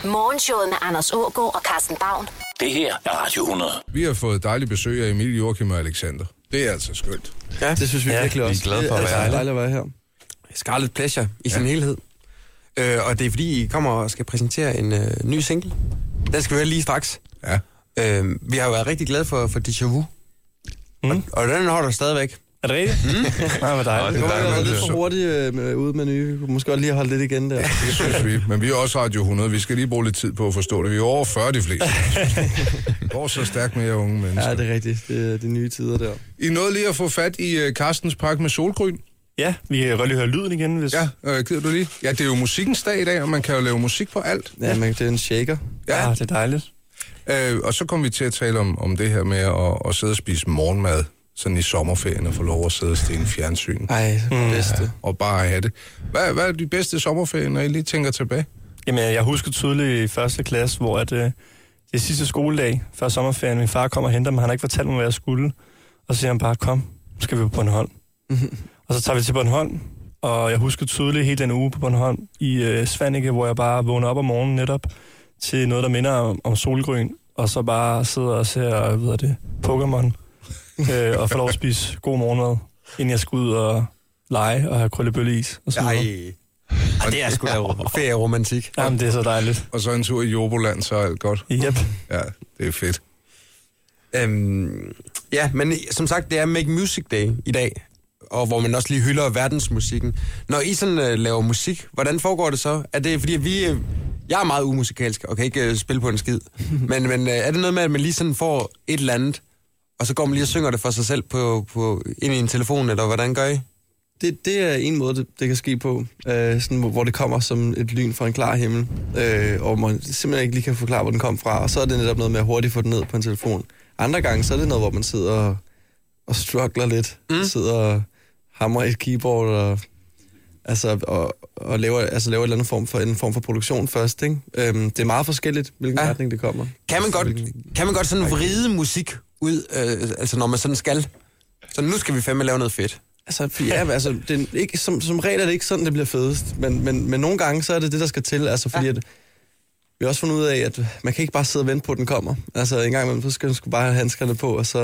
Morgenshowet med Anders Aagaard og Carsten Baum. Det her er Radio 100. Vi har fået dejligt besøg af Emil, Joachim og Alexander. Det er altså skønt. Ja, det synes vi virkelig også. Vi er glade for at være her. Det er dejligt at være her. Scarlet Pleasure i sin helhed. Og det er fordi, I kommer og skal præsentere en ny single. Den skal vi høre lige straks. Ja. Vi har jo været rigtig glade for Deja Vu. Og den holder stadigvæk. Er det rigtigt? Nej, hvor dejligt. Det kunne have været lidt for hurtigt ude med nye. Vi kunne måske godt lige holde lidt igen der. Det synes vi. Men vi er også Radio 100. Vi skal lige bruge lidt tid på at forstå det. Vi er over 40 de fleste. Det går så stærkt med jer unge mennesker. Ja, det er rigtigt. Det er de nye tider der. I nåede lige at få fat i Carstens pakke med solgryn. Ja, vi kan godt lige høre lyden igen. Hvis... Ja, gider du lige? Ja, det er jo musikkens dag i dag, og man kan jo lave musik på alt. Ja, men det er en shaker. Ja, det er dejligt. Og så kommer vi til at tale om det her med at sidde og spise morgenmad, sådan i sommerferien, og få lov at sidde og stene fjernsyn. Ej, det bedste. Ja, og bare have det. Hvad er de bedste sommerferier, når I lige tænker tilbage? Jamen, jeg husker tydeligt i første klasse, hvor det er sidste skoledag før sommerferien. Min far kom og henter mig. Han har ikke fortalt mig, hvad jeg skulle. Og så siger han bare, kom, nu skal vi på Bornholm. Og så tager vi til Bornholm. Og jeg husker tydeligt hele den uge på Bornholm i Svanike, hvor jeg bare vågner op om morgenen netop til noget, der minder om solgryn. Og så bare sidder og ser, Pokémon. Og får lov at spise god morgenmad, inden jeg skal ud og lege og have krøllebølleis. Og Og det er sgu da ferieromantik. Jamen, det er så dejligt. Og så en tur i Joboland, så er alt godt. Yep. Ja, det er fedt. Ja, men som sagt, det er Make Music Day i dag, og hvor man også lige hylder verdensmusikken. Når I sådan laver musik, hvordan foregår det så? Er det fordi, jeg er meget umusikalsk og kan ikke spille på en skid, men er det noget med, at man lige sådan får et eller andet, og så går man lige og synger det for sig selv ind i en telefon, eller hvordan gør I? Det er en måde, det kan ske på, sådan, hvor det kommer som et lyn fra en klar himmel, og man simpelthen ikke lige kan forklare, hvor den kom fra, og så er det netop noget med at hurtigt få den ned på en telefon. Andre gange, så er det noget, hvor man sidder og struggler lidt, sidder og hamrer et keyboard, og laver en eller anden form for produktion først, ikke? Det er meget forskelligt, hvilken retning det kommer. Kan man godt sådan vride musik ud, altså når man sådan skal? Så nu skal vi fandme lave noget fedt. Det er ikke, som regel er det ikke sådan, det bliver fedest, men nogle gange, så er det det, der skal til, altså fordi at vi har også fundet ud af, at man kan ikke bare sidde og vente på, at den kommer. Altså en gang imellem, så skal du bare have handskerne på, og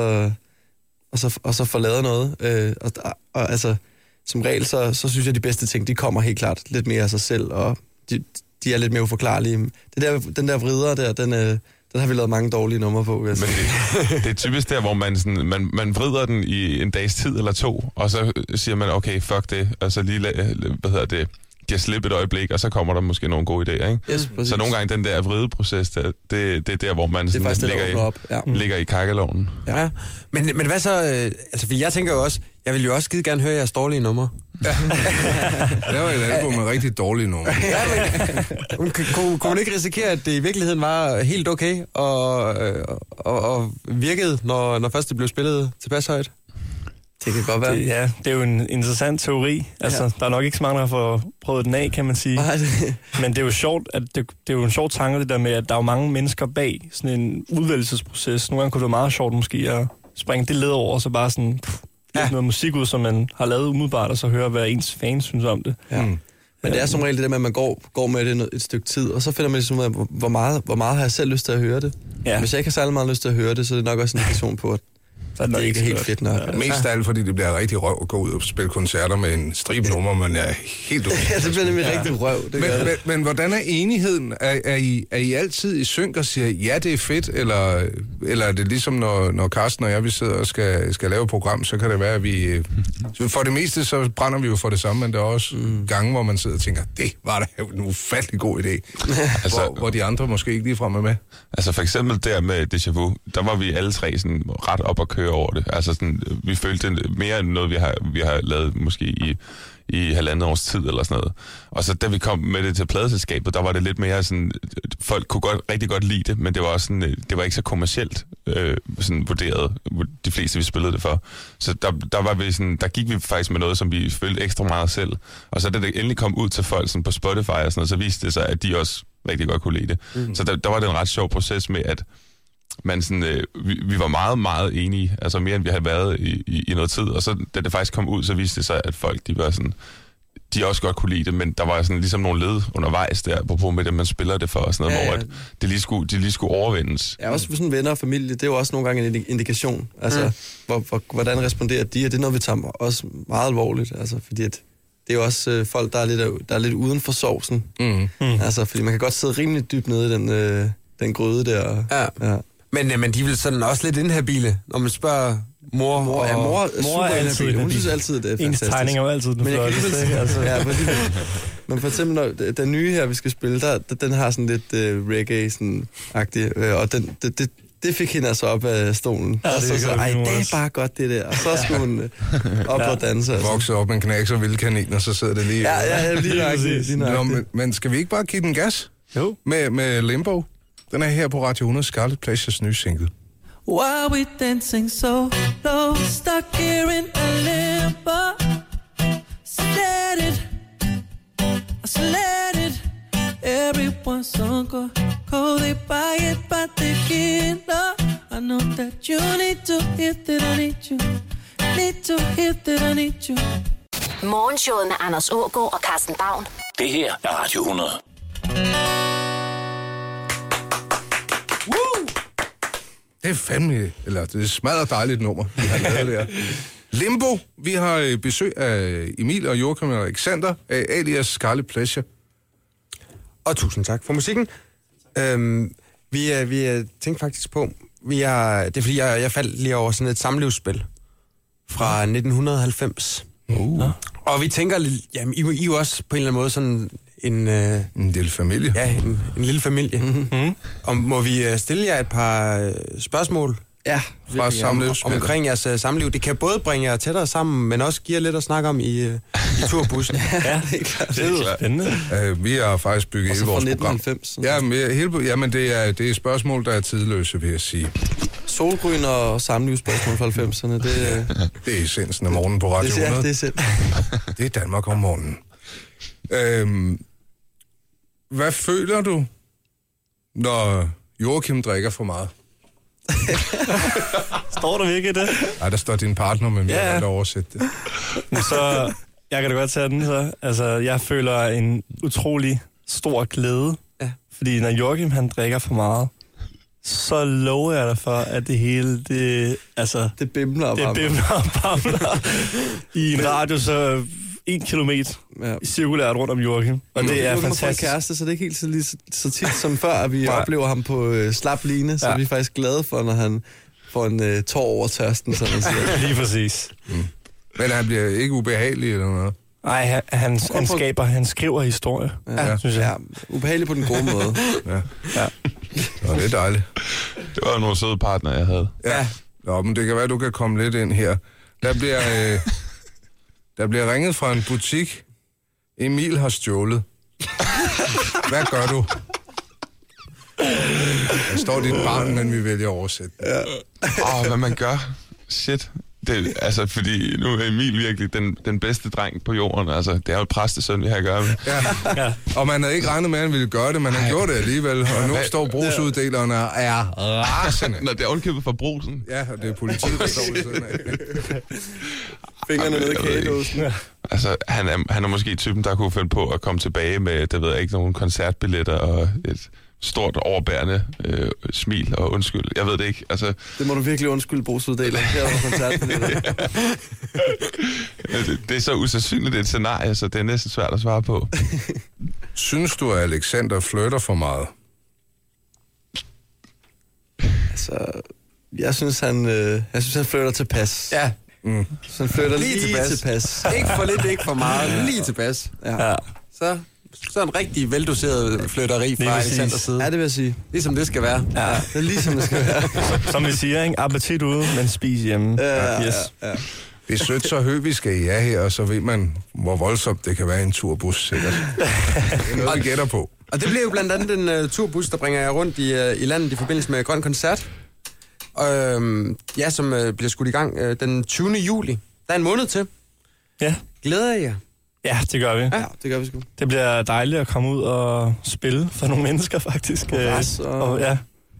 så få lavet noget. Og altså, som regel, så synes jeg, at de bedste ting, de kommer helt klart lidt mere af sig selv, og de er lidt mere uforklarlige. Den der vrider der, den har vi lavet mange dårlige numre på. Men det er typisk der, hvor man vrider den i en dags tid eller to, og så siger man, okay, fuck det, og så lige, giver slip et øjeblik, og så kommer der måske nogle gode idéer, ikke? Yes, så nogle gange den der vrideproces, det er der, hvor man sådan ligger i kakkelovnen. Ja. Men hvad så, altså, for jeg tænker jo også, jeg vil jo også skide gerne høre jeres dårlige numre. Ja. Det var et album med rigtig dårlige numre. Kunne man ikke risikere, at det i virkeligheden var helt okay, og virkede, når først det blev spillet tilpas højt? Det kan godt være. Det er jo en interessant teori. Altså, der er nok ikke så mange, der har fået prøvet den af, kan man sige. Men det er jo sjovt, at det er jo en sjov tanke, det der med, at der er jo mange mennesker bag sådan en udvælgelsesproces. Nogle gange kunne det være meget sjovt måske at springe det led over, og så bare sådan noget musik ud, som man har lavet umiddelbart, og så høre, hvad ens fans synes om det. Ja. Men det er som regel det der med, at man går med det et stykke tid, og så finder man ligesom ud af, hvor meget har jeg selv lyst til at høre det. Ja. Hvis jeg ikke har særlig meget lyst til at høre det, så er det nok også en indikation på, at det er ikke helt fedt nok. Ja. Mest af alt, fordi det bliver rigtig røv at gå ud og spille koncerter med en stribe nummer, man er helt ude. Ja, det bliver nemlig rigtig røv. Men hvordan er enigheden? Er I altid i synk og siger, ja, det er fedt, eller er det ligesom, når Carsten og jeg, vi sidder og skal lave et program, så kan det være, at vi... For det meste, så brænder vi jo for det samme, men der er også gange, hvor man sidder og tænker, det var da en ufattelig god idé. Altså, hvor de andre måske ikke ligefrem er med. Altså for eksempel der med Deja Vu, der var vi alle tre sådan ret op og køre over det. Altså sådan, vi følte det mere end noget, vi har lavet måske i 1,5 års tid eller sådan noget. Og så da vi kom med det til pladeselskabet, der var det lidt mere sådan, folk kunne rigtig godt lide det, men det var også sådan, det var ikke så kommercielt sådan vurderet, de fleste vi spillede det for. Så der gik vi faktisk med noget, som vi følte ekstra meget selv. Og så da det endelig kom ud til folk sådan på Spotify og sådan noget, så viste det sig, at de også rigtig godt kunne lide det. Så der var det en ret sjov proces med, at man sådan, vi var meget, meget enige, altså mere end vi havde været i noget tid, og så da det faktisk kom ud, så viste det sig, at folk, de var sådan, de også godt kunne lide det, men der var sådan ligesom nogle led undervejs der, på med det, man spiller det for, og sådan noget, hvor at de lige skulle overvindes. Ja, også for sådan venner og familie, det er jo også nogle gange en indikation. Altså, hvordan responderer de, og det er noget, vi tager også meget alvorligt, altså, fordi at det er jo også folk, der er lidt uden for sovsen. Altså, fordi man kan godt sidde rimelig dybt nede i den gryde der. Ja. Men de er vel sådan også lidt inhabile, når man spørger mor. Mor er altid inhabile. Hun synes altid, det er fantastisk. Ens tegning er jo altid den flotteste. Altså. Ja, men for eksempel, når den nye her, vi skal spille, den har sådan lidt reggae-agtigt, og det fik hende altså op af stolen. Ja, og så det er bare godt, det der. Og så skulle hun op og danse. Altså. Vokset op med en knæks og vildkanin, og så sidder det lige... Ja, lige nøjagtigt. Men skal vi ikke bare give den gas? Jo. Med Limbo. Den er her på Radio 100, Scarlet Pleasures nye single. Why we dancing so low, stuck here in a limbo? So let it, everyone's so cold, they buy it, but they can't. I know that you need to hear that I need you, need to hear that I need you. Morgenshowet med Anders Aagaard og Carsten Baum. Det her er Radio 100. Det er fandme, eller det er smadret dejligt nummer, vi har lavet der. Limbo, vi har besøg af Emil og Joachim og Alexander, alias Scarlet Pleasure. Og tusind tak for musikken. Vi tænkte faktisk på, det er fordi, jeg faldt lige over sådan et samlivsspil fra 1990. Og vi tænker, jamen, I er jo også på en eller anden måde sådan en lille familie. Ja, en lille familie. Mm-hmm. Og må vi stille jer et par spørgsmål? Ja, fra samlivsspil. Omkring jeres samliv. Det kan både bringe jer tættere sammen, men også give jer lidt at snakke om i turbussen. Ja, det er klart. Det er spændende. Vi har faktisk bygget hele vores program. Jamen det er spørgsmål, der er tidløse, vil jeg sige. Solgryn og samlivsspørgsmål fra 90'erne, det er essensen af morgenen på Radio 100. Det er det er Danmark om morgenen. Hvad føler du, når Joachim drikker for meget? Står der virkelig det? Nej, der står din partner, men vi har oversætte det. Så jeg kan da godt tage den så. Altså, jeg føler en utrolig stor glæde. Ja. Fordi når Joachim han drikker for meget, så lover jeg dig for, at det hele, det bimler og bamler i en radius så 1 kilometer cirkulært rundt om Joachim. Og det er fantastisk. Nu kæreste, så det er ikke helt så tit som før, at vi oplever ham på slap line, så vi er faktisk glade for, når han får en tår over tørsten, som man siger. Lige præcis. Men han bliver ikke ubehagelig eller noget? Nej, han skriver historie, synes jeg. Ja, ubehagelig på den gode måde. Ja. Nå, det er dejligt. Det var nogle søde partner, jeg havde. Ja. Nå, men det kan være, du kan komme lidt ind her. Der bliver ringet fra en butik. Emil har stjålet. Hvad gør du? Der står dit barn, men vi vælger at oversætte. Hvad man gør? Shit. Det, altså, fordi nu er Emil virkelig den bedste dreng på jorden. Altså, det er jo et præstesøn, vi har at gøre med. Ja. Og man havde ikke regnet med, at han ville gøre det, men han gjorde det alligevel. Og nu står brugsuddelerne og er rasende. Når det er ovenkøbet fra brusen. Ja, og det er politiet, der står ved siden af. Fingrene nede i kagedåsen. Altså, han er måske typen, der kunne finde på at komme tilbage med, det ved jeg ikke, nogle koncertbilletter og et stort overbærende smil og undskyld. Jeg ved det ikke. Altså, det må du virkelig undskylde, brugsuddeler. Her var koncertbilletter. Det er så usandsynligt et scenarie, så det er næsten svært at svare på. Synes du, at Alexander flytter for meget? Altså, jeg synes, han flytter tilpas. Ja. Så han flytter lige tilpas. Ikke for lidt, ikke for meget. Lige tilpas. Ja. Så en rigtig veldoseret flytteri fra Alexanders side. Ja, det vil jeg sige. Ligesom det skal være. Ja, det er ligesom det skal være. Som vi siger, ikke? Appetit ude, men spis hjemme. Ja. Det er sødt så høvisk af jer her, og så ved man, hvor voldsomt det kan være en turbus, sikkert. Det er noget, vi gætter på. Og det bliver jo blandt andet en turbus, der bringer jer rundt i landet i forbindelse med Grøn Koncert. Som bliver skudt i gang den 20. juli. Der er en måned til. Ja. Glæder I jer? Ja, det gør vi. Ja, det gør vi sgu. Det bliver dejligt at komme ud og spille for nogle mennesker, faktisk. Og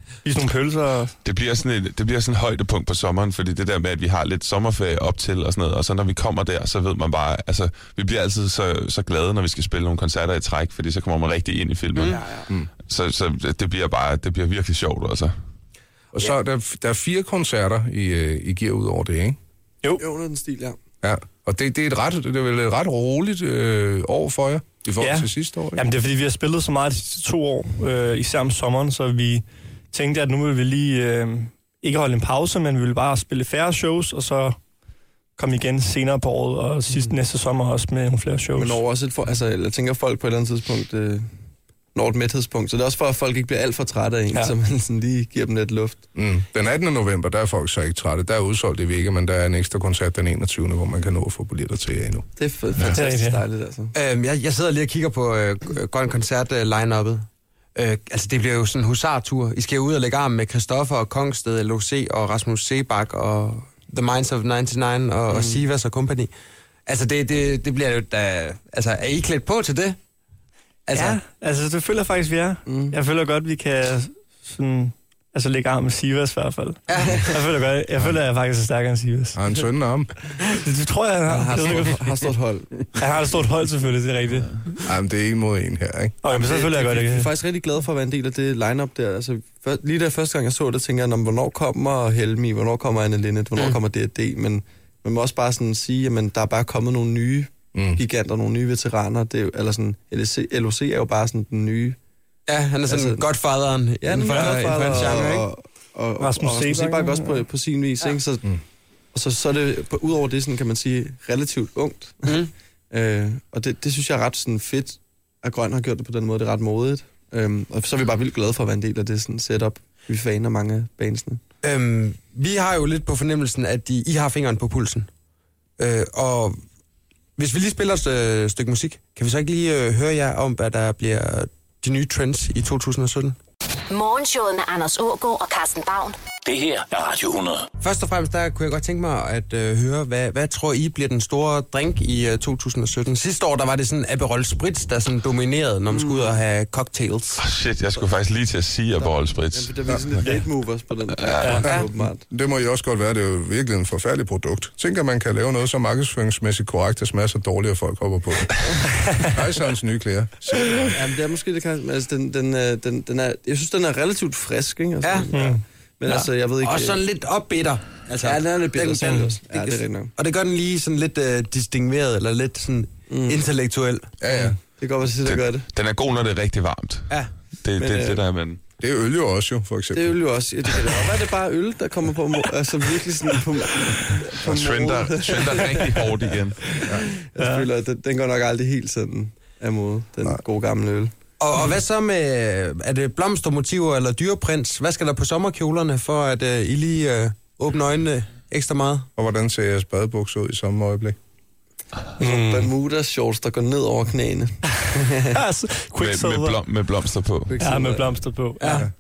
spise nogle pølser. Det bliver sådan et højdepunkt på sommeren, fordi det der med, at vi har lidt sommerferie op til og sådan noget, og så når vi kommer der, så ved man bare, altså, vi bliver altid så glade, når vi skal spille nogle koncerter i træk, fordi så kommer man rigtig ind i filmen. Så det bliver virkelig sjovt, altså. Og så der er 4 koncerter, I giver ud over det, ikke? Jo, under den stil, ja. Ja, og det er vel et ret roligt år for jer, i forhold til sidste år, ikke? Jamen det er fordi, vi har spillet så meget de sidste 2 år, især om sommeren, så vi tænkte, at nu vil vi lige ikke holde en pause, men vi vil bare spille færre shows, og så komme igen senere på året, og næste sommer også med nogle flere shows. Men når også jeg tænker folk på et eller andet tidspunkt når et mæthedspunkt, så det er også for, at folk ikke bliver alt for trætte af en, så man sådan lige giver dem lidt luft. Den 18. november, der er folk så ikke trætte. Der er udsolgt i Vega, men der er en ekstra koncert den 21. hvor man kan nå at få billetter til jer endnu. Det er fantastisk dejligt, altså. Jeg sidder lige og kigger på Grøn Koncert-line-uppet. Altså, det bliver jo sådan en husartur. I skal jo ud og lægge arm med Christoffer og Kongsted, LOC og Rasmus Sebak og The Minds of 99 og Sivas og company. Altså, det bliver jo da... Altså, er I klædt på til det? Altså, ja, altså det føler jeg faktisk, vi er. Jeg føler godt, vi kan sådan, lægge arm med Sivas i hvert fald. Jeg føler, at jeg faktisk er stærkere end Sivas. Har en tynd arm? Det tror jeg, han har stort hold. Han har et stort hold selvfølgelig, det er rigtigt. Jamen, det er en mod en her, ikke? Men så føler jeg godt, jeg er faktisk rigtig glad for at være en del af det line-up der. Altså, lige da første gang jeg så det, tænkte jeg, hvornår kommer Helmi, hvornår kommer Anne Linnet, hvornår kommer D&D, men man må også bare sådan sige, at der er bare kommet nogle nye giganter, nogle nye veteraner. Det er jo, eller sådan, LOC er jo bare sådan den nye. Ja, han er sådan godfatheren. Ja, den godfather, genre, ikke? Og Rasmus Sebak også på sin vis, ikke? Så er det, udover det, sådan, kan man sige, relativt ungt. Og det synes jeg er ret sådan fedt, at Grøn har gjort det på den måde. Det er ret modigt. Og så er vi bare vildt glade for at være en del af det sådan setup. Vi faner mange af bandsene. Vi har jo lidt på fornemmelsen, at I har fingeren på pulsen. Og hvis vi lige spiller et stykke musik, kan vi så ikke lige høre jer om, hvad der bliver de nye trends i 2017? Morgenshowet med Anders Aagaard og Carsten Baun. Det her er Radio 100. Først og fremmest, der kunne jeg godt tænke mig at høre, hvad tror I bliver den store drink i 2017? Sidste år, der var det sådan Aperol Spritz, der sådan dominerede, når man skulle ud og have cocktails. Shit, jeg skulle faktisk lige til at sige Aperol Spritz. Ja, der var sådan lidt late movers på den. Det må jo også godt være, det er jo virkelig en forfærdelig produkt. Tænker, man kan lave noget så markedsføringsmæssigt korrekt, der smager så dårligt, at folk hopper på det. Kejserens nye klæder. Jamen, det er måske det kan. Altså, den er, jeg synes, den er relativt frisk, ikke? Altså, men altså, jeg ved ikke... Og sådan lidt opbitter. Altså, ja, den er lidt bitter. Ja, det er rigtig nok. Og det gør den lige sådan lidt distingueret, eller lidt sådan intellektuel. Ja. Det kan godt være, at det gør det. Den er god, når det er rigtig varmt. Ja. Det der, men... Det er øl jo også, jo, for eksempel. Det er øl jo også. Det kan det være, det er bare øl, der kommer på... Altså virkelig sådan på trender rigtig hårdt igen. Jeg føler, at den går nok aldrig helt sådan af mode, den gode gamle øl. Og hvad så med, er det blomstermotiver eller dyreprins? Hvad skal der på sommerkjolerne, for at I lige åbner øjnene ekstra meget? Og hvordan ser jeres badebukser ud i samme øjeblik? Bermuda shorts, der går ned over knæene. med blomster på. Ja, med blomster på.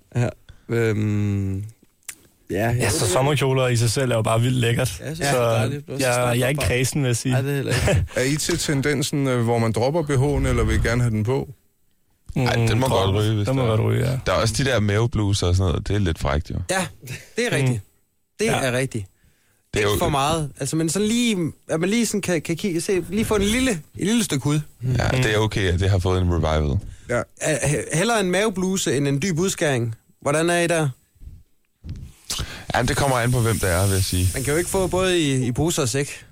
Ja. Så sommerkjoler i sig selv er jo bare vildt lækkert. Jeg er ikke kredsen, vil jeg sige. Nej, det er heller ikke. Er I til tendensen, hvor man dropper BH'en, eller vil I gerne have den på? Nej, den må godt ryge, hvis den må godt ryge, ja. Der er også de der mavebluser og sådan noget. Det er lidt frækt, jo. Ja, det er rigtigt. Det er rigtigt. Det er ikke for meget. Altså, men sådan lige, at man lige sådan kan kigge, se, lige få et lille stykke hud. Ja, det er okay, at det har fået en revival. Ja. Hellere en mavebluse end en dyb udskæring. Hvordan er I der? Ja, det kommer an på, hvem det er, vil jeg sige. Man kan jo ikke få både i poser og sæk.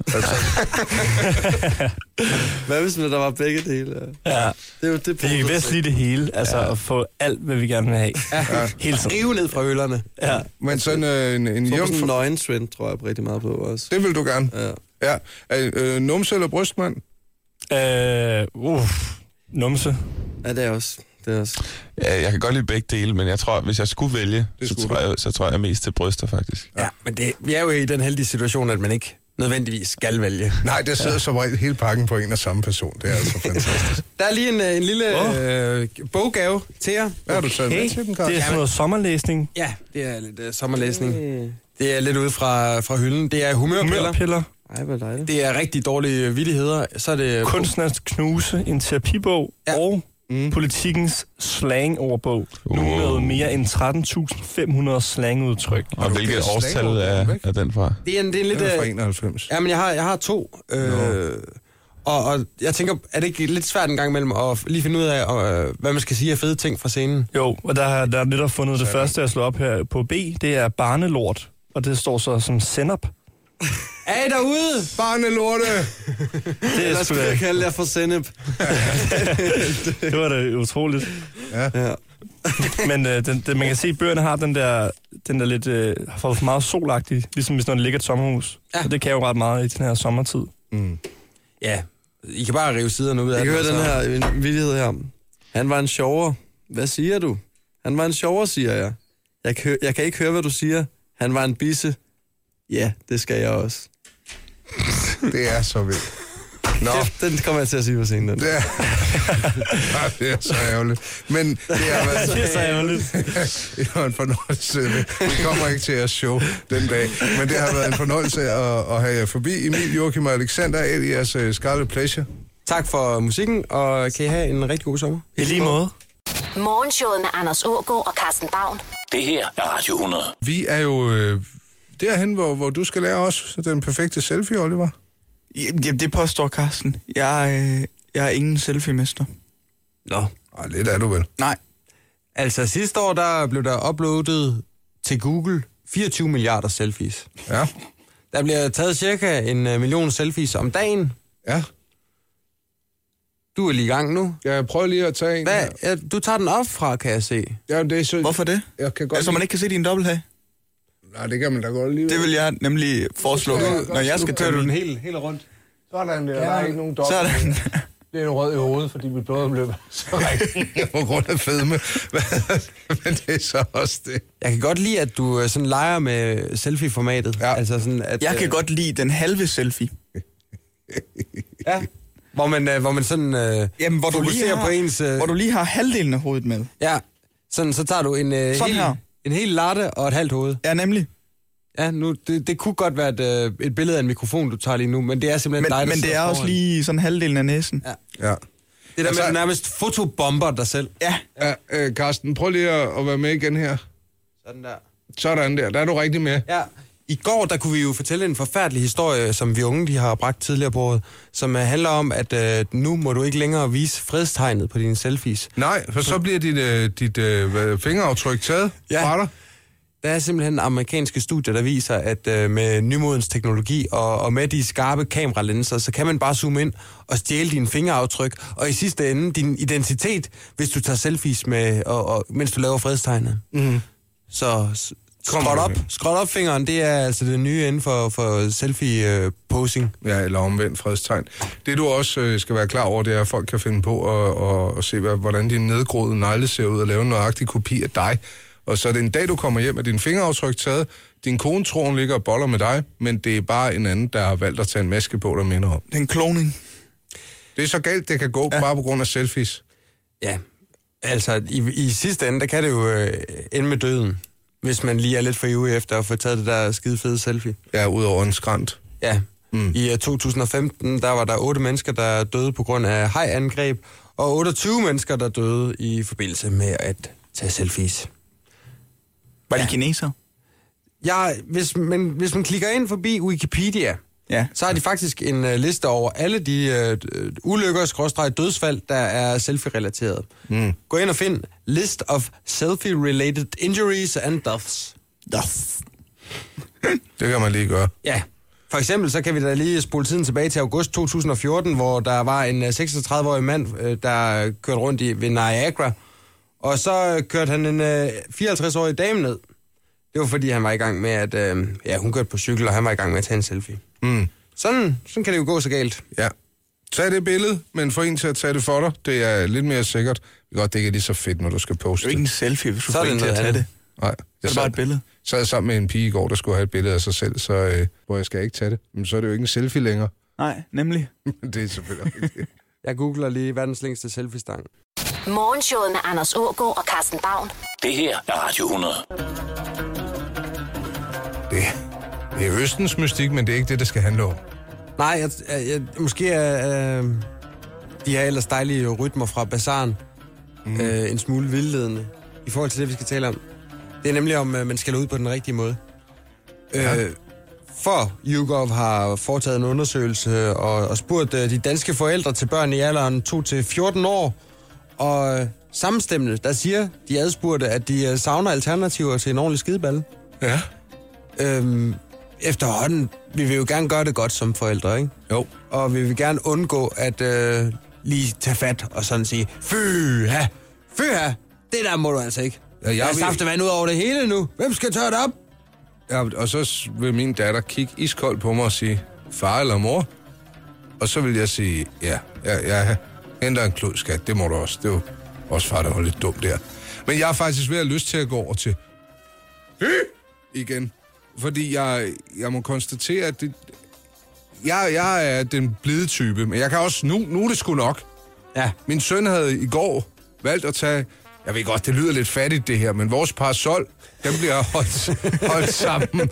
Hvad hvis der var begge dele? Ja. Det er jo det. Vi kan bedst lige det hele, altså at få alt, hvad vi gerne vil have. Ja. Helt rive ned fra øllerne. Ja. Men sådan en jævn... sådan en nøgentrend, tror jeg rigtig meget på også. Det vil du gerne? Ja. Numse eller brystmand? Numse. Ja, det er også... Ja, jeg kan godt lide begge dele, men jeg tror, hvis jeg skulle vælge, så tror jeg mest til bryster, faktisk. Ja, men vi er jo i den heldige situation, at man ikke nødvendigvis skal vælge. Nej, der sidder så meget hele pakken på en og samme person. Det er altså fantastisk. Der er lige en lille boggave til jer. Hvad har du taget med til den, Carsten? Det er sådan noget sommerlæsning. Ja, det er lidt sommerlæsning. Det er lidt ude fra hylden. Det er humørpiller. Ej, hvor dejligt. Det er rigtig dårlige vittigheder. Så er det... Kunstnerens knuse, en terapibog og Politikens slangordbog. Nu med mere end 13.500 slangudtryk. Og hvilket årstal er den fra? Det er en lidt... Den er fra 91. Ja, men jeg har 2. Og jeg tænker, er det ikke lidt svært en gang imellem at lige finde ud af, hvad man skal sige af fede ting fra scenen? Jo, og der er netop fundet det første, jeg slår op her på B. Det er barnelort, og det står så som sennep. Er I derude? Barnelorte! Det er sgu da kalde jer for sennep. Det var da utroligt. Ja. Men man kan se, at bøgerne har den der lidt har fået for meget solagtig, ligesom hvis når det ligger et sommerhus. Ja. Og det kan jo ret meget i den her sommertid. Mm. Ja, I kan bare rive siderne ud af det. Jeg kan høre den her vittighed her. Han var en sjovere. Hvad siger du? Han var en sjovere, siger jeg. Jeg kan ikke høre, hvad du siger. Han var en bisse. Ja, det skal jeg også. Det er så vildt. Nå. Den kommer jeg til at sige på scenen. Den. Det er så ærgerligt. Men det er så ærgerligt. Det var en fornøjelse. Vi kommer ikke til at show den dag. Men det har været en fornøjelse at have jer forbi. Emil, Joachim og Alexander, alias Scarlet Pleasure. Tak for musikken, og kan I have en rigtig god sommer. I lige måde. Morgenshowet med Anders Aagaard og Carsten Baum. Det her er Radio 100. Vi er jo derhen, hvor du skal lære os den perfekte selfie, Oliver. Jamen, det påstår Carsten. Jeg er ingen selfie-mester. Nå. Lidt er du vel. Nej. Altså sidste år, der blev der uploadet til Google 24 milliarder selfies. Ja. Der bliver taget cirka 1 million selfies om dagen. Ja. Du er lige i gang nu. Jeg prøver lige at tage en. Hvad? Ja, du tager den op fra, kan jeg se. Ja, det er så... Hvorfor det? Jeg kan godt altså, man ikke kan se din dobbelthage? Nej, det kan man da godt lige. Det vil jeg nemlig foreslå, når jeg skal tage den helt rundt. Sådan der. Der er ikke nogen dobbelt. Sådan. Det er en rød i hovedet, fordi mit blodomløb så på grund af fedme. Men det er så også det. Jeg kan godt lide, at du sådan leger med selfie-formatet. Ja. Altså sådan, at, Jeg kan godt lide den halve selfie. Ja. Hvor man sådan Jamen, hvor fokuserer på ens... Hvor du lige har halvdelen af hovedet med. Ja, sådan, så tager du en hel latte og et halvt hoved. Ja, nemlig. Ja, nu, det kunne godt være et billede af en mikrofon, du tager lige nu, men det er simpelthen dig, der men det er også lige sådan halvdelen af næsen. Ja. Det der med, at du nærmest fotobomber dig selv. Ja. Carsten, prøv lige at være med igen her. Sådan der. Der er du rigtig med. Ja. I går, der kunne vi jo fortælle en forfærdelig historie, som vi unge de har bragt tidligere på året, som handler om, at nu må du ikke længere vise fredstegnet på dine selfies. Nej, for så bliver dit fingeraftryk taget fra dig. Der er simpelthen amerikanske studier, der viser, at med nymodens teknologi og med de skarpe kameralinser, så kan man bare zoome ind og stjæle dine fingeraftryk, og i sidste ende din identitet, hvis du tager selfies med, mens du laver fredstegnet. Mm. Så skråt op fingeren, det er altså det nye inden for selfie-posing. Ja, eller omvendt fredstegn. Det du også skal være klar over, det er, at folk kan finde på at se, hvordan din nedgroede negle ser ud, og lave en nøjagtig kopi af dig. Og så er det en dag, du kommer hjem med din fingeraftryk taget, din kone tror, hun ligger og boller med dig, men det er bare en anden, der har valgt at tage en maske på, der minder om. Det er en kloning. Det er så galt, det kan gå bare på grund af selfies. Ja, altså i sidste ende, der kan det jo ende med døden, hvis man lige er lidt for ivrig efter at få taget det der skide fede selfie. Ja, ud over en skrant. Ja, i 2015, der var der 8 mennesker, der døde på grund af hajangreb, og 28 mennesker, der døde i forbindelse med at tage selfies. Var de kineser? Ja, hvis man klikker ind forbi Wikipedia, så har de faktisk en liste over alle de ulykker, dødsfald, der er selfie-relateret. Gå ind og find List of Selfie-Related Injuries and Deaths. Det kan man lige gøre. Ja. For eksempel så kan vi da lige spole tiden tilbage til august 2014, hvor der var en 36-årig mand, der kørte rundt ved Niagara, og så kørte han en 54-årig dame ned. Det var fordi, han var i gang med at... hun kørte på cykel, og han var i gang med at tage en selfie. Sådan kan det jo gå så galt. Ja. Tag det billede, men få en til at tage det for dig. Det er lidt mere sikkert. Godt, det ikke er lige så fedt, når du skal poste. Det er jo ikke en selfie, hvis du får en til at tage det. Nej. Så er det bare et billede. Så er jeg sammen med en pige i går, der skulle have et billede af sig selv, så hvor jeg skal ikke tage det. Men så er det jo ikke en selfie længere. Nej, nemlig. Det er selvfølgelig ikke. Jeg googler lige verdens længste selfie-stang. Morgenshowet med Anders Aagaard og Carsten Baum. Det her er Radio 100. Det er Østens mystik, men det er ikke det skal handle om. Nej, måske er de her ellers dejlige rytmer fra bazaren en smule vildledende i forhold til det, vi skal tale om. Det er nemlig, om man skal ud på den rigtige måde. Ja. For YouGov har foretaget en undersøgelse og spurgt de danske forældre til børn i alderen 2-14 år. Og sammenstemmende, der siger de adspurgte, at de savner alternativer til en ordentlig skideballe. Ja. Efterhånden, vi vil jo gerne gøre det godt som forældre, ikke? Jo. Og vi vil gerne undgå at lige tage fat og sådan sige, fy ha, det der må du altså ikke. Ja, jeg har saftevand ud over det hele nu. Hvem skal tørre det op? Ja, og så vil min datter kigge iskoldt på mig og sige, far eller mor? Og så vil jeg sige, ja, jeg henter en klod, skat, det må du også. Det er jo også far, der var lidt dumt der. Men jeg er faktisk ved at have lyst til at gå over til igen. Fordi jeg må konstatere, at det, jeg er den blide type, men jeg kan også, nu er det sgu nok. Ja. Min søn havde i går valgt at tage, jeg ved godt, det lyder lidt fattigt det her, men vores parasol, den bliver holdt sammen.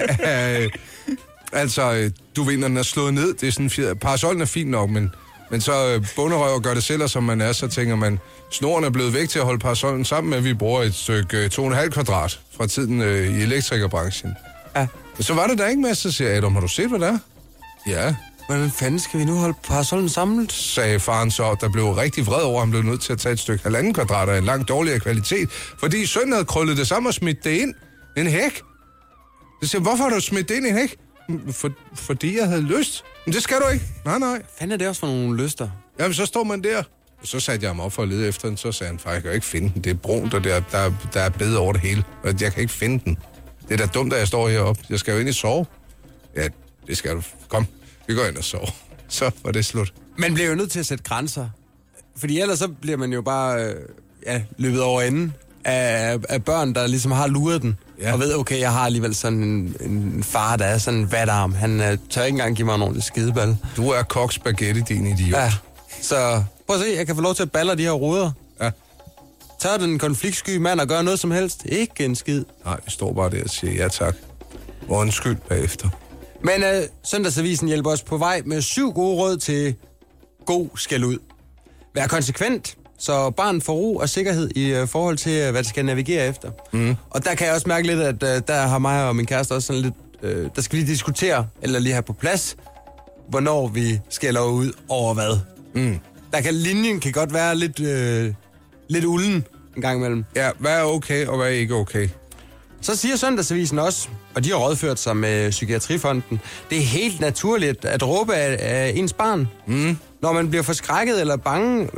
Altså, du ved, når den er slået ned, det er sådan fjerde. Parasollen er fint nok, men så bunderøv og gør det selv, og som man er, så tænker man, snoren er blevet væk til at holde parasollen sammen med, at vi bruger et stykke 2,5 kvadrat fra tiden i elektrikerbranchen. Ja. Så var det der ikke med, så siger jeg, Adam, har du set, hvad det er? Ja. Hvordan fanden skal vi nu holde parasollen samlet? Sagde faren så, der blev rigtig vred over, at han blev nødt til at tage et stykke 1,5 kvadrat af en langt dårligere kvalitet, fordi sønnen havde krøllet det sammen og smidt det ind. En hæk. Jeg siger, hvorfor har du smidt det ind i en hæk? Fordi jeg havde lyst. Men det skal du ikke. Nej. Fanden er det også for nogle lyster? Jamen, så står man der. Så satte jeg ham op for at lede efter den. Så sagde han, far, jeg kan ikke finde den. Det er brunt, og der er bed over det hele. Og jeg kan ikke finde den. Det er da dumt, at jeg står heroppe. Jeg skal jo ind i sove. Ja, det skal du. Kom, vi går ind og sove. Så var det slut. Man bliver jo nødt til at sætte grænser. Fordi ellers så bliver man jo bare løbet over enden af børn, der ligesom har luret den. Ja. Og ved, okay, jeg har alligevel sådan en far, der er sådan en vatarm. Han tør ikke engang give mig en ordentlig skideball. Du er kok spaghetti, din idiot. Ja, så prøv at se, jeg kan få lov til at balle de her ruder. Ja. Tør den konfliktsky mand og gøre noget som helst? Ikke en skid. Nej, vi står bare der og siger ja tak. Og undskyld bagefter. Men Søndagsavisen hjælper os på vej med 7 gode råd til god skældud. Vær konsekvent, så barnet får ro og sikkerhed i forhold til, hvad det skal navigere efter. Mm. Og der kan jeg også mærke lidt, at der har mig og min kæreste også sådan lidt... der skal vi lige diskutere, eller lige have på plads, hvornår vi skælder ud over hvad. Mm. Linjen kan godt være lidt ulden en gang imellem. Ja, hvad er okay, og hvad er ikke okay? Så siger Søndagsavisen også, og de har rådført sig med Psykiatrifonden, det er helt naturligt at råbe af ens barn, når man bliver forskrækket eller bange,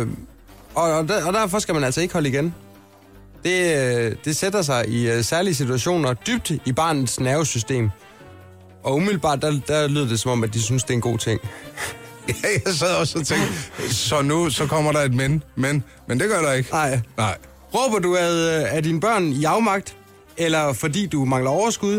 og derfor skal man altså ikke holde igen. Det sætter sig i særlige situationer dybt i barnets nervesystem, og umiddelbart der lyder det som om, at de synes, det er en god ting. Ja, jeg sad også og tænkte, så kommer der et men det gør der ikke. Nej. Råber du af dine børn i afmagt, eller fordi du mangler overskud,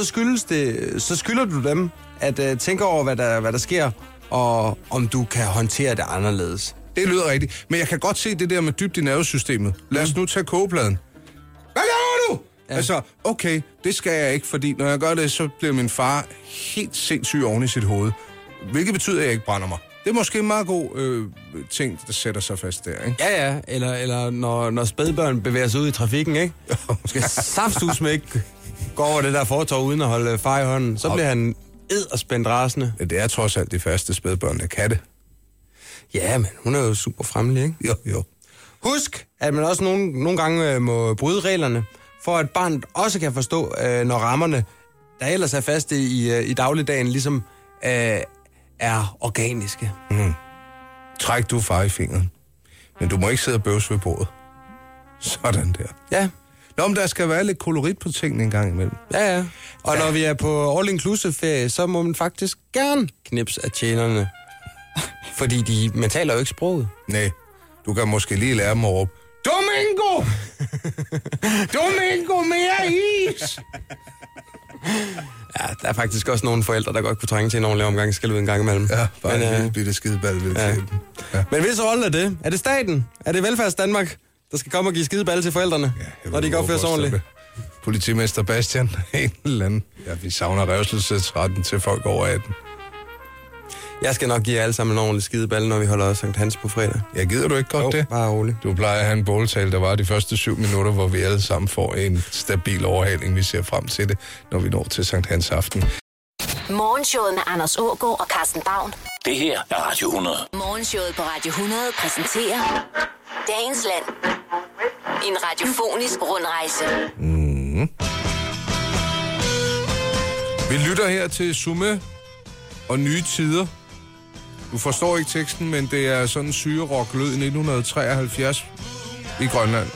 så skylder du dem at tænke over, hvad der sker, og om du kan håndtere det anderledes. Det lyder rigtigt. Men jeg kan godt se det der med dybt i nervesystemet. Lad os nu tage kogepladen. Hvad gør du? Ja. Altså, okay, det skal jeg ikke, fordi når jeg gør det, så bliver min far helt sindssyg oven i sit hoved. Hvilket betyder, at jeg ikke brænder mig. Det er måske en meget god ting, der sætter sig fast der, ikke? Ja, eller når spædbørn bevæger sig ud i trafikken, ikke? Skal saftus med ikke gå over det der fortov uden at holde far i hånden. Så bliver han edderspændt rasende. Ja, det er trods alt de faste spædbørn, der kan det. Ja, men hun er jo super fremmelig, ikke? Jo. Husk, at man også nogle gange må bryde reglerne, for at barnet også kan forstå, når rammerne, der ellers er faste i dagligdagen, ligesom er organiske. Mm. Træk du far i fingeren. Men du må ikke sidde og bøvse ved bordet. Sådan der. Ja. Nå, men der skal være lidt kolorit på tingene en gang imellem. Ja. Og når vi er på all-inclusive-ferie, så må man faktisk gerne knipse af tjenerne. Fordi man taler jo ikke sproget. Nej, du kan måske lige lære dem at råbe, Domingo! Domingo, mere is! Ja, der er faktisk også nogle forældre, der godt kunne trænge til en ordentlig omgang skældud en gang imellem. Ja, bare en bitte skideball ved kæben. Ja. Men hvis rolle er det? Er det staten? Er det velfærds Danmark, der skal komme og give skideballe til forældrene, når de ikke opfører sig ordentligt? Politimester Bastian, en eller anden. Ja, vi savner revselsesretten til folk over 18. Jeg skal nok give jer alle sammen en ordentlig skideballe, når vi holder Sankt Hans på fredag. Jeg gider du ikke godt det? Bare roligt. Du plejer at have en båltale, der var de første 7 minutter, hvor vi alle sammen får en stabil overhaling. Vi ser frem til det, når vi når til Sankt Hans aften. Morgenshowet med Anders Aagaard og Carsten Baum. Det her er Radio 100. Morgenshowet på Radio 100 præsenterer Dagens Land. En radiofonisk rundrejse. Vi lytter her til Summe og Nye Tider. Du forstår ikke teksten, men det er sådan syrerock lød i 1973 i Grønland.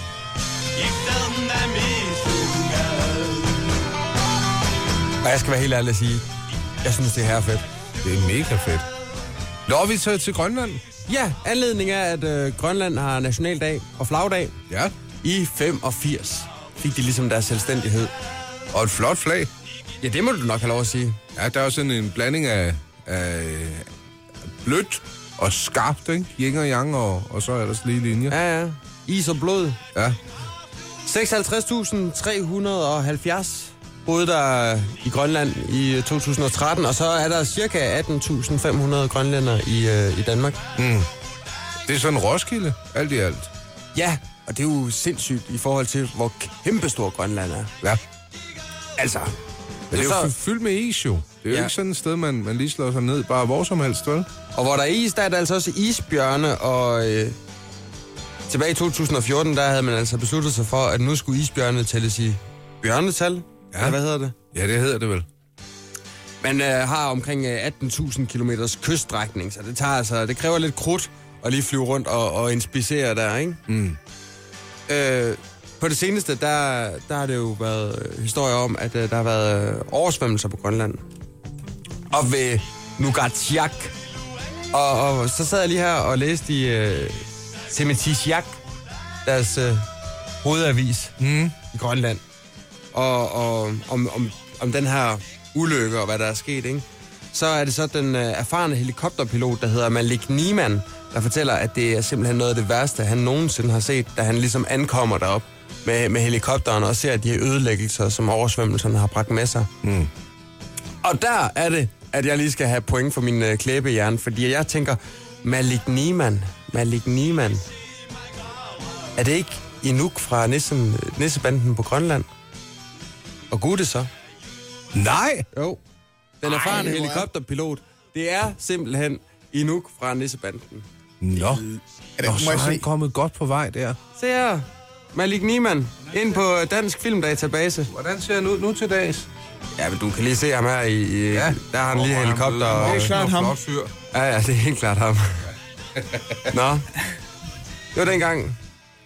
Og jeg skal være helt ærlig at sige, jeg synes, det her er fedt. Det er mega fedt. Nå, vi tager til Grønland. Ja, anledningen er, at Grønland har nationaldag og flagdag. Ja. I 85 fik de ligesom deres selvstændighed. Og et flot flag. Ja, det må du nok have lov at sige. Ja, der er jo sådan en blanding af blødt og skarpt, ikke? Yin og yang, og så er der lige linjer. Ja, ja. Is og blod. Ja. 56.370 boede der i Grønland i 2013, og så er der cirka 18.500 grønlændere i Danmark. Det er sådan Roskilde, alt i alt. Ja, og det er jo sindssygt i forhold til, hvor kæmpestor Grønland er. Ja. Altså. Men det er jo fyldt med is, jo. Det er jo ikke sådan et sted, man lige slår sig ned, bare hvor som helst, vel? Og hvor der er is, der er der altså også isbjørne, og tilbage i 2014, der havde man altså besluttet sig for, at nu skulle isbjørne tælles i bjørnetal. Ja. Eller hvad hedder det? Ja, det hedder det vel. Man har omkring 18.000 kilometers kyststrækning, så det kræver lidt krudt at lige flyve rundt og inspicere der, ikke? På det seneste, der har det jo været historier om, at der har været oversvømmelser på Grønland. Og ved Nuugaatsiaq. Og så sad jeg lige her og læste i Sermetisjaq, deres hovedavis i Grønland. Og om den her ulykke og hvad der er sket, ikke? Så er det så den erfarne helikopterpilot, der hedder Malik Niman, der fortæller, at det er simpelthen noget af det værste, han nogensinde har set, da han ligesom ankommer derop med helikopteren og ser de her ødelæggelser, som oversvømmelserne har bragt med sig. Og der er det, at jeg lige skal have point for min klæbehjerne, fordi jeg tænker, Malik Niman, er det ikke Inuk fra Nissebanden på Grønland? Og gud det så? Nej! Jo. Den erfarne helikopterpilot, det er simpelthen Inuk fra Nissebanden. Nå. Så er han kommet godt på vej der. Se her. Malik Niman, ind på Dansk Filmdatabase. Hvordan ser han ud nu til dags? Ja, men du kan lige se ham her i... Ja. Der har han lige helikopter. Det er klart ham. Ja, det er helt klart ham. Nå. Det var dengang.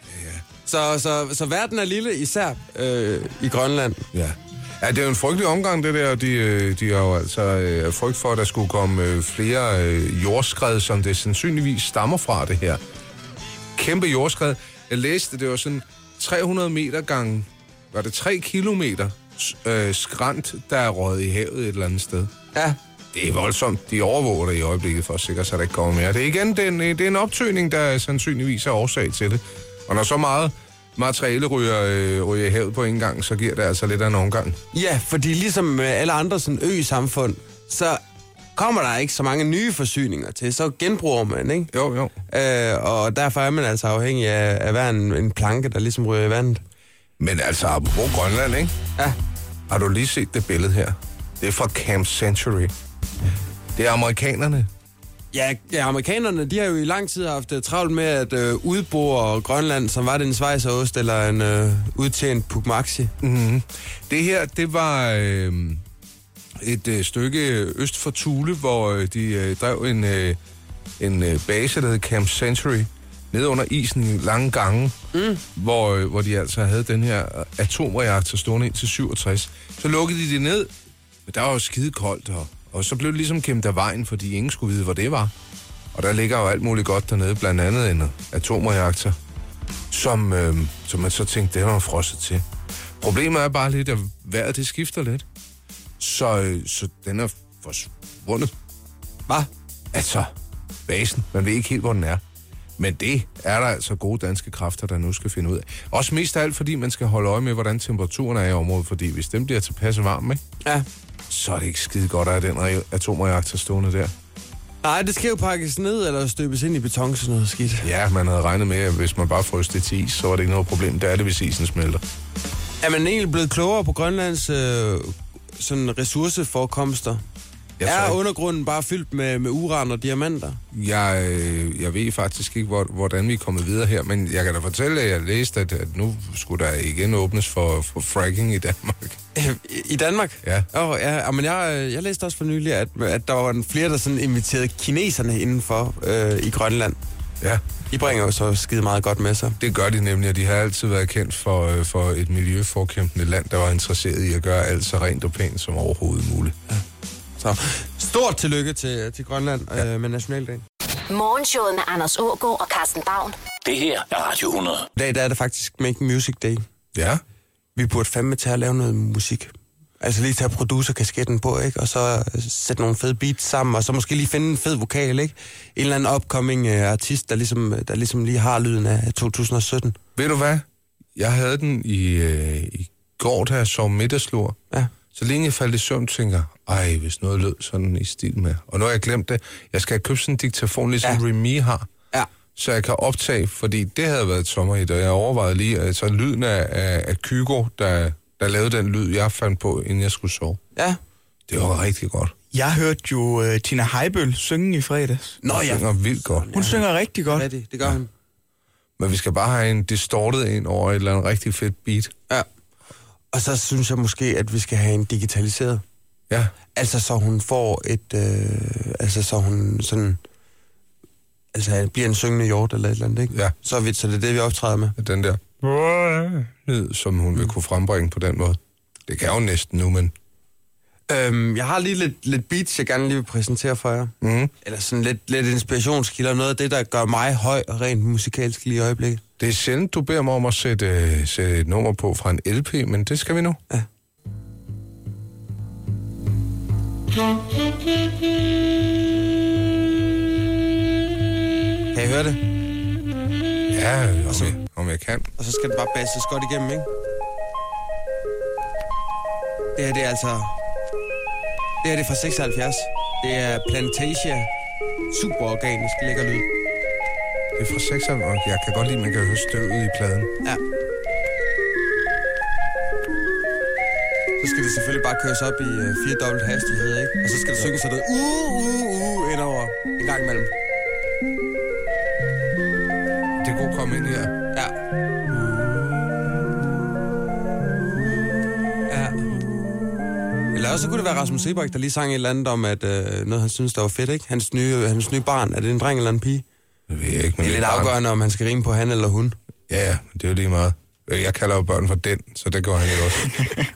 Så verden er lille, især i Grønland. Ja. Ja, det er jo en frygtelig omgang, det der. De har jo altså frygt for, at der skulle komme flere jordskred, som det sandsynligvis stammer fra, det her. Kæmpe jordskred. Jeg læste, det var sådan 300 meter gange, var det 3 kilometer skrant, der er røget i havet et eller andet sted. Ja. Det er voldsomt. De overvåger det i øjeblikket for at sikre sig, at der ikke kommer mere. Det er igen det er en optøning, der sandsynligvis er årsag til det. Og når så meget materiale ryger i havet på en gang, så giver det altså lidt af en omgang. Ja, fordi ligesom med alle andre sådan ø-samfund, så kommer der ikke så mange nye forsyninger til, så genbruger man, ikke? Jo. Og derfor er man altså afhængig af hver en planke, der ligesom ryger i vandet. Men altså, apropos Grønland, ikke? Ja. Har du lige set det billede her? Det er fra Camp Century. Det er amerikanerne. Ja, amerikanerne, de har jo i lang tid haft travlt med at udbore Grønland, som var det en schweizerost eller en udtjent Puch Maxi. Mm-hmm. Det her, det var et stykke øst for Thule, hvor de drev en base, der hed Camp Century, nede under isen i lange gange, hvor de altså havde den her atomreaktor stående ind til 67. Så lukkede de det ned, men der var jo skide koldt, og så blev det ligesom kæmpet af vejen, fordi ingen skulle vide, hvor det var. Og der ligger jo alt muligt godt dernede, blandt andet en atomreaktor, som man så tænkte, det var frosset til. Problemet er bare lidt, at vejret det skifter lidt. Så den er forsvundet. Hvad? Altså, basen. Man ved ikke helt, hvor den er. Men det er der altså gode danske kræfter, der nu skal finde ud af. Også mest af alt, fordi man skal holde øje med, hvordan temperaturen er i området. Fordi hvis den bliver tilpas varm, ikke? Ja. Så er det ikke skide godt at have den atomreaktor stående der. Nej, det skal jo pakkes ned eller støbes ind i beton, sådan noget skidt. Ja, man havde regnet med, at hvis man bare frøs det til is, så var det ikke noget problem. Det er det, hvis isen smelter. Er man egentlig blevet klogere på Grønlands sådan ressourceforekomster? Er undergrunden bare fyldt med uran og diamanter? Jeg ved faktisk ikke, hvordan vi er kommet videre her, men jeg kan da fortælle, at jeg læste, at nu skulle der igen åbnes for fracking i Danmark. I Danmark? Ja. Ja, men jeg læste også for nylig, at der var flere, der sådan inviterede kineserne indenfor i Grønland. Ja. De bringer jo så skide meget godt med sig. Det gør de nemlig, og de har altid været kendt for et miljøforkæmpende land, der var interesseret i at gøre alt så rent og pænt som overhovedet muligt. Ja. Så stort tillykke til Grønland med nationaldagen. Morgenshowet med Anders Aagaard og Carsten Baum. Det her er Radio 100. I dag der er det faktisk Make Music Day. Ja. Vi burde fandme til at lave noget musik. Altså lige tage producerkasketten på, ikke? Og så sætte nogle fede beats sammen, og så måske lige finde en fed vokal, ikke? En eller anden upcoming artist, der ligesom lige har lyden af 2017. Ved du hvad? Jeg havde den i går, da jeg sov middagslur. Ja. Så længe jeg faldt i søvn, tænker hvis noget lød sådan i stil med. Og nu har jeg glemt det. Jeg skal have købt sådan en diktafon, ligesom Remy har. Ja. Så jeg kan optage, fordi det havde været et sommerhit, og jeg overvejede lige, altså lyden af Kygo, der lavede den lyd, jeg fandt på, inden jeg skulle sove. Ja. Det var rigtig godt. Jeg hørte jo Tina Heibøl synge i fredags. Hun synger vildt godt. Hun synger rigtig godt. Ja, det gør hun. Men vi skal bare have en distortet ind over et eller andet rigtig fedt beat. Ja. Og så synes jeg måske, at vi skal have en digitaliseret. Ja. Altså, så hun får bliver en syngende hjort eller et eller andet, ikke? Ja. Så det er det, vi optræder med. Den der lyd, som hun vil kunne frembringe på den måde. Det kan hun næsten nu, men... Jeg har lige lidt beats, jeg gerne lige vil præsentere for jer. Mm. Eller sådan lidt inspirationskilder. Noget af det, der gør mig høj og rent musikalsk lige i øjeblikket. Det er sjældent, du beder mig om at sætte et nummer på fra en LP, men det skal vi nu. Ja. Kan I høre det? Ja, om jeg kan. Og så skal det bare basses godt igennem, ikke? Det her, det er altså... Det her, det er fra 76. Det er Plantasia. Super organisk, lækker lyd. Det er fra 6'erne, og jeg kan godt lide, at man kan høre støvet i pladen. Ja. Så skal det selvfølgelig bare køres op i 4 dobbelt hastighed, ikke? Og så skal det synge sådan noget indover en gang imellem. Det kunne komme ind her. Ja. Ja. Eller også så kunne det være Rasmus Seebach, der lige sang et eller andet om, at noget han synes, der var fedt, ikke? Hans nye barn. Er det en dreng eller en pige? Det ved jeg ikke, men det er lidt afgørende, om han skal rime på han eller hun. Ja, det er jo lige meget. Jeg kalder jo børn for den, så det går han jo også.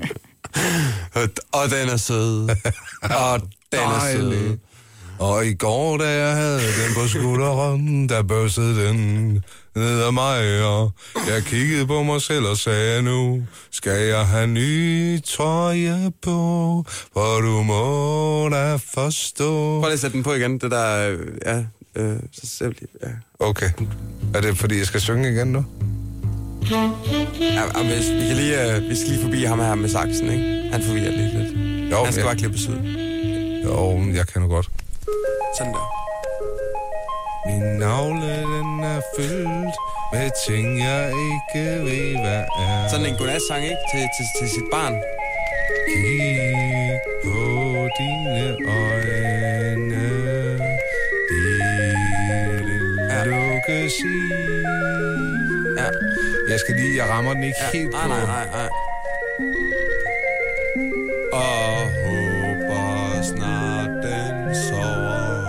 Og den er sød. Og den er sød. Og i går, da jeg havde den på skulderen, der bøssede den ned af mig, og jeg kiggede på mig selv og sagde, nu skal jeg have ny trøje på, for du må da forstå. Prøv lige at sætte den på igen, det der, så selv, ja. Okay. Er det fordi, jeg skal synge igen nu? Ja, vi skal lige forbi ham her med saksen, ikke? Han forvirrer lidt. Jo, han skal bare klippes ud. Jo, jeg kan jo godt. Sådan der. Min navle, den er fyldt med ting, jeg ikke ved, hvad er. Sådan en godnatsang, ikke? Til sit barn. Kig på dine øjne, det lukkes i. Ja. Jeg rammer den ikke helt på. Nej. Og håber snart den sover.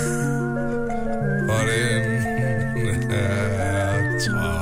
Og den er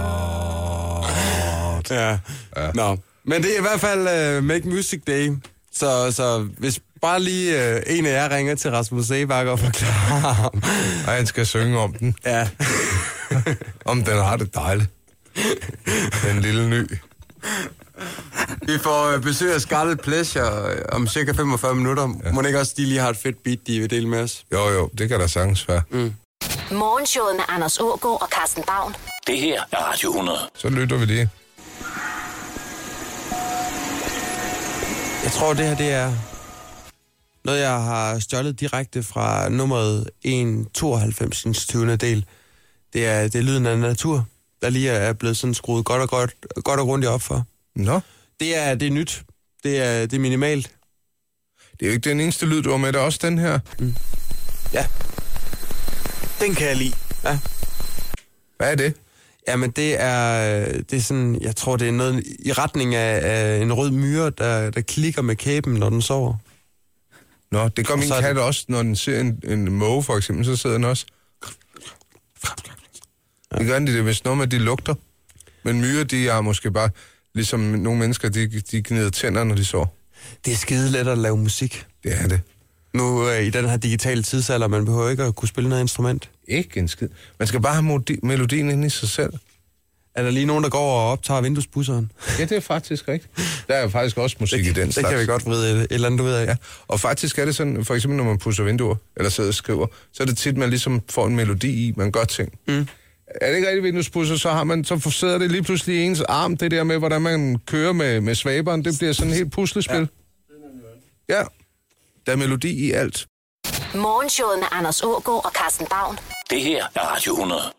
træt. Ja. Nå. Men det er i hvert fald Make Music Day. Så hvis bare lige en af jer ringer til Rasmus Seebach og forklarer ham. Og han skal synge om den. Ja. Om den har det dejligt. Den lille ny. Vi får besøg af Scarlet Pleasure om cirka 45 minutter. Ja. Må ikke også de lige har et fedt beat, de vil dele med os? Jo, det kan der sagtens være. Morgenshowet med Anders Aagaard og Carsten Baum. Det her er Radio 100. Så lytter vi det. Jeg tror, det her det er Noget, jeg har stjålet direkte fra nummeret 192. 20. del. Det er lyden af natur, der lige er blevet sådan skruet godt og grundigt op for. Nå. Det er nyt. Det er minimalt. Det er jo ikke den eneste lyd, du har med. Der er også den her. Ja. Den kan jeg lide. Ja. Hvad er det? Jamen, det er sådan, jeg tror, det er noget i retning af en rød myre, der klikker med kæben, når den sover. Nå, det gør min kat også, når den ser en måge, for eksempel, så sidder den også. Det gør det, hvis noget med, de lugter. Men myrer, de er måske bare, ligesom nogle mennesker, de gnider tænder, når de sover. Det er skide let at lave musik. Det er det. Nu i den her digitale tidsalder, man behøver ikke at kunne spille noget instrument. Ikke en skid. Man skal bare have melodien inde i sig selv. Er der lige nogen, der går og optager vinduespusseren? Ja, det er faktisk rigtigt. Der er faktisk også musik i den slags. Det kan vi godt vride et eller andet ud af. Ja. Og faktisk er det sådan, for eksempel når man pusser vinduer, eller sidder og skriver, så er det tit, man ligesom får en melodi i, man gør ting. Er det ikke rigtig vinduespusser, så sidder det lige pludselig i ens arm, det der med, hvordan man kører med svaberen, det bliver sådan et helt puslespil. Ja, der er melodi i alt. Morgenshowet med Anders Aagaard og Carsten Baum. Det her er Radio 100.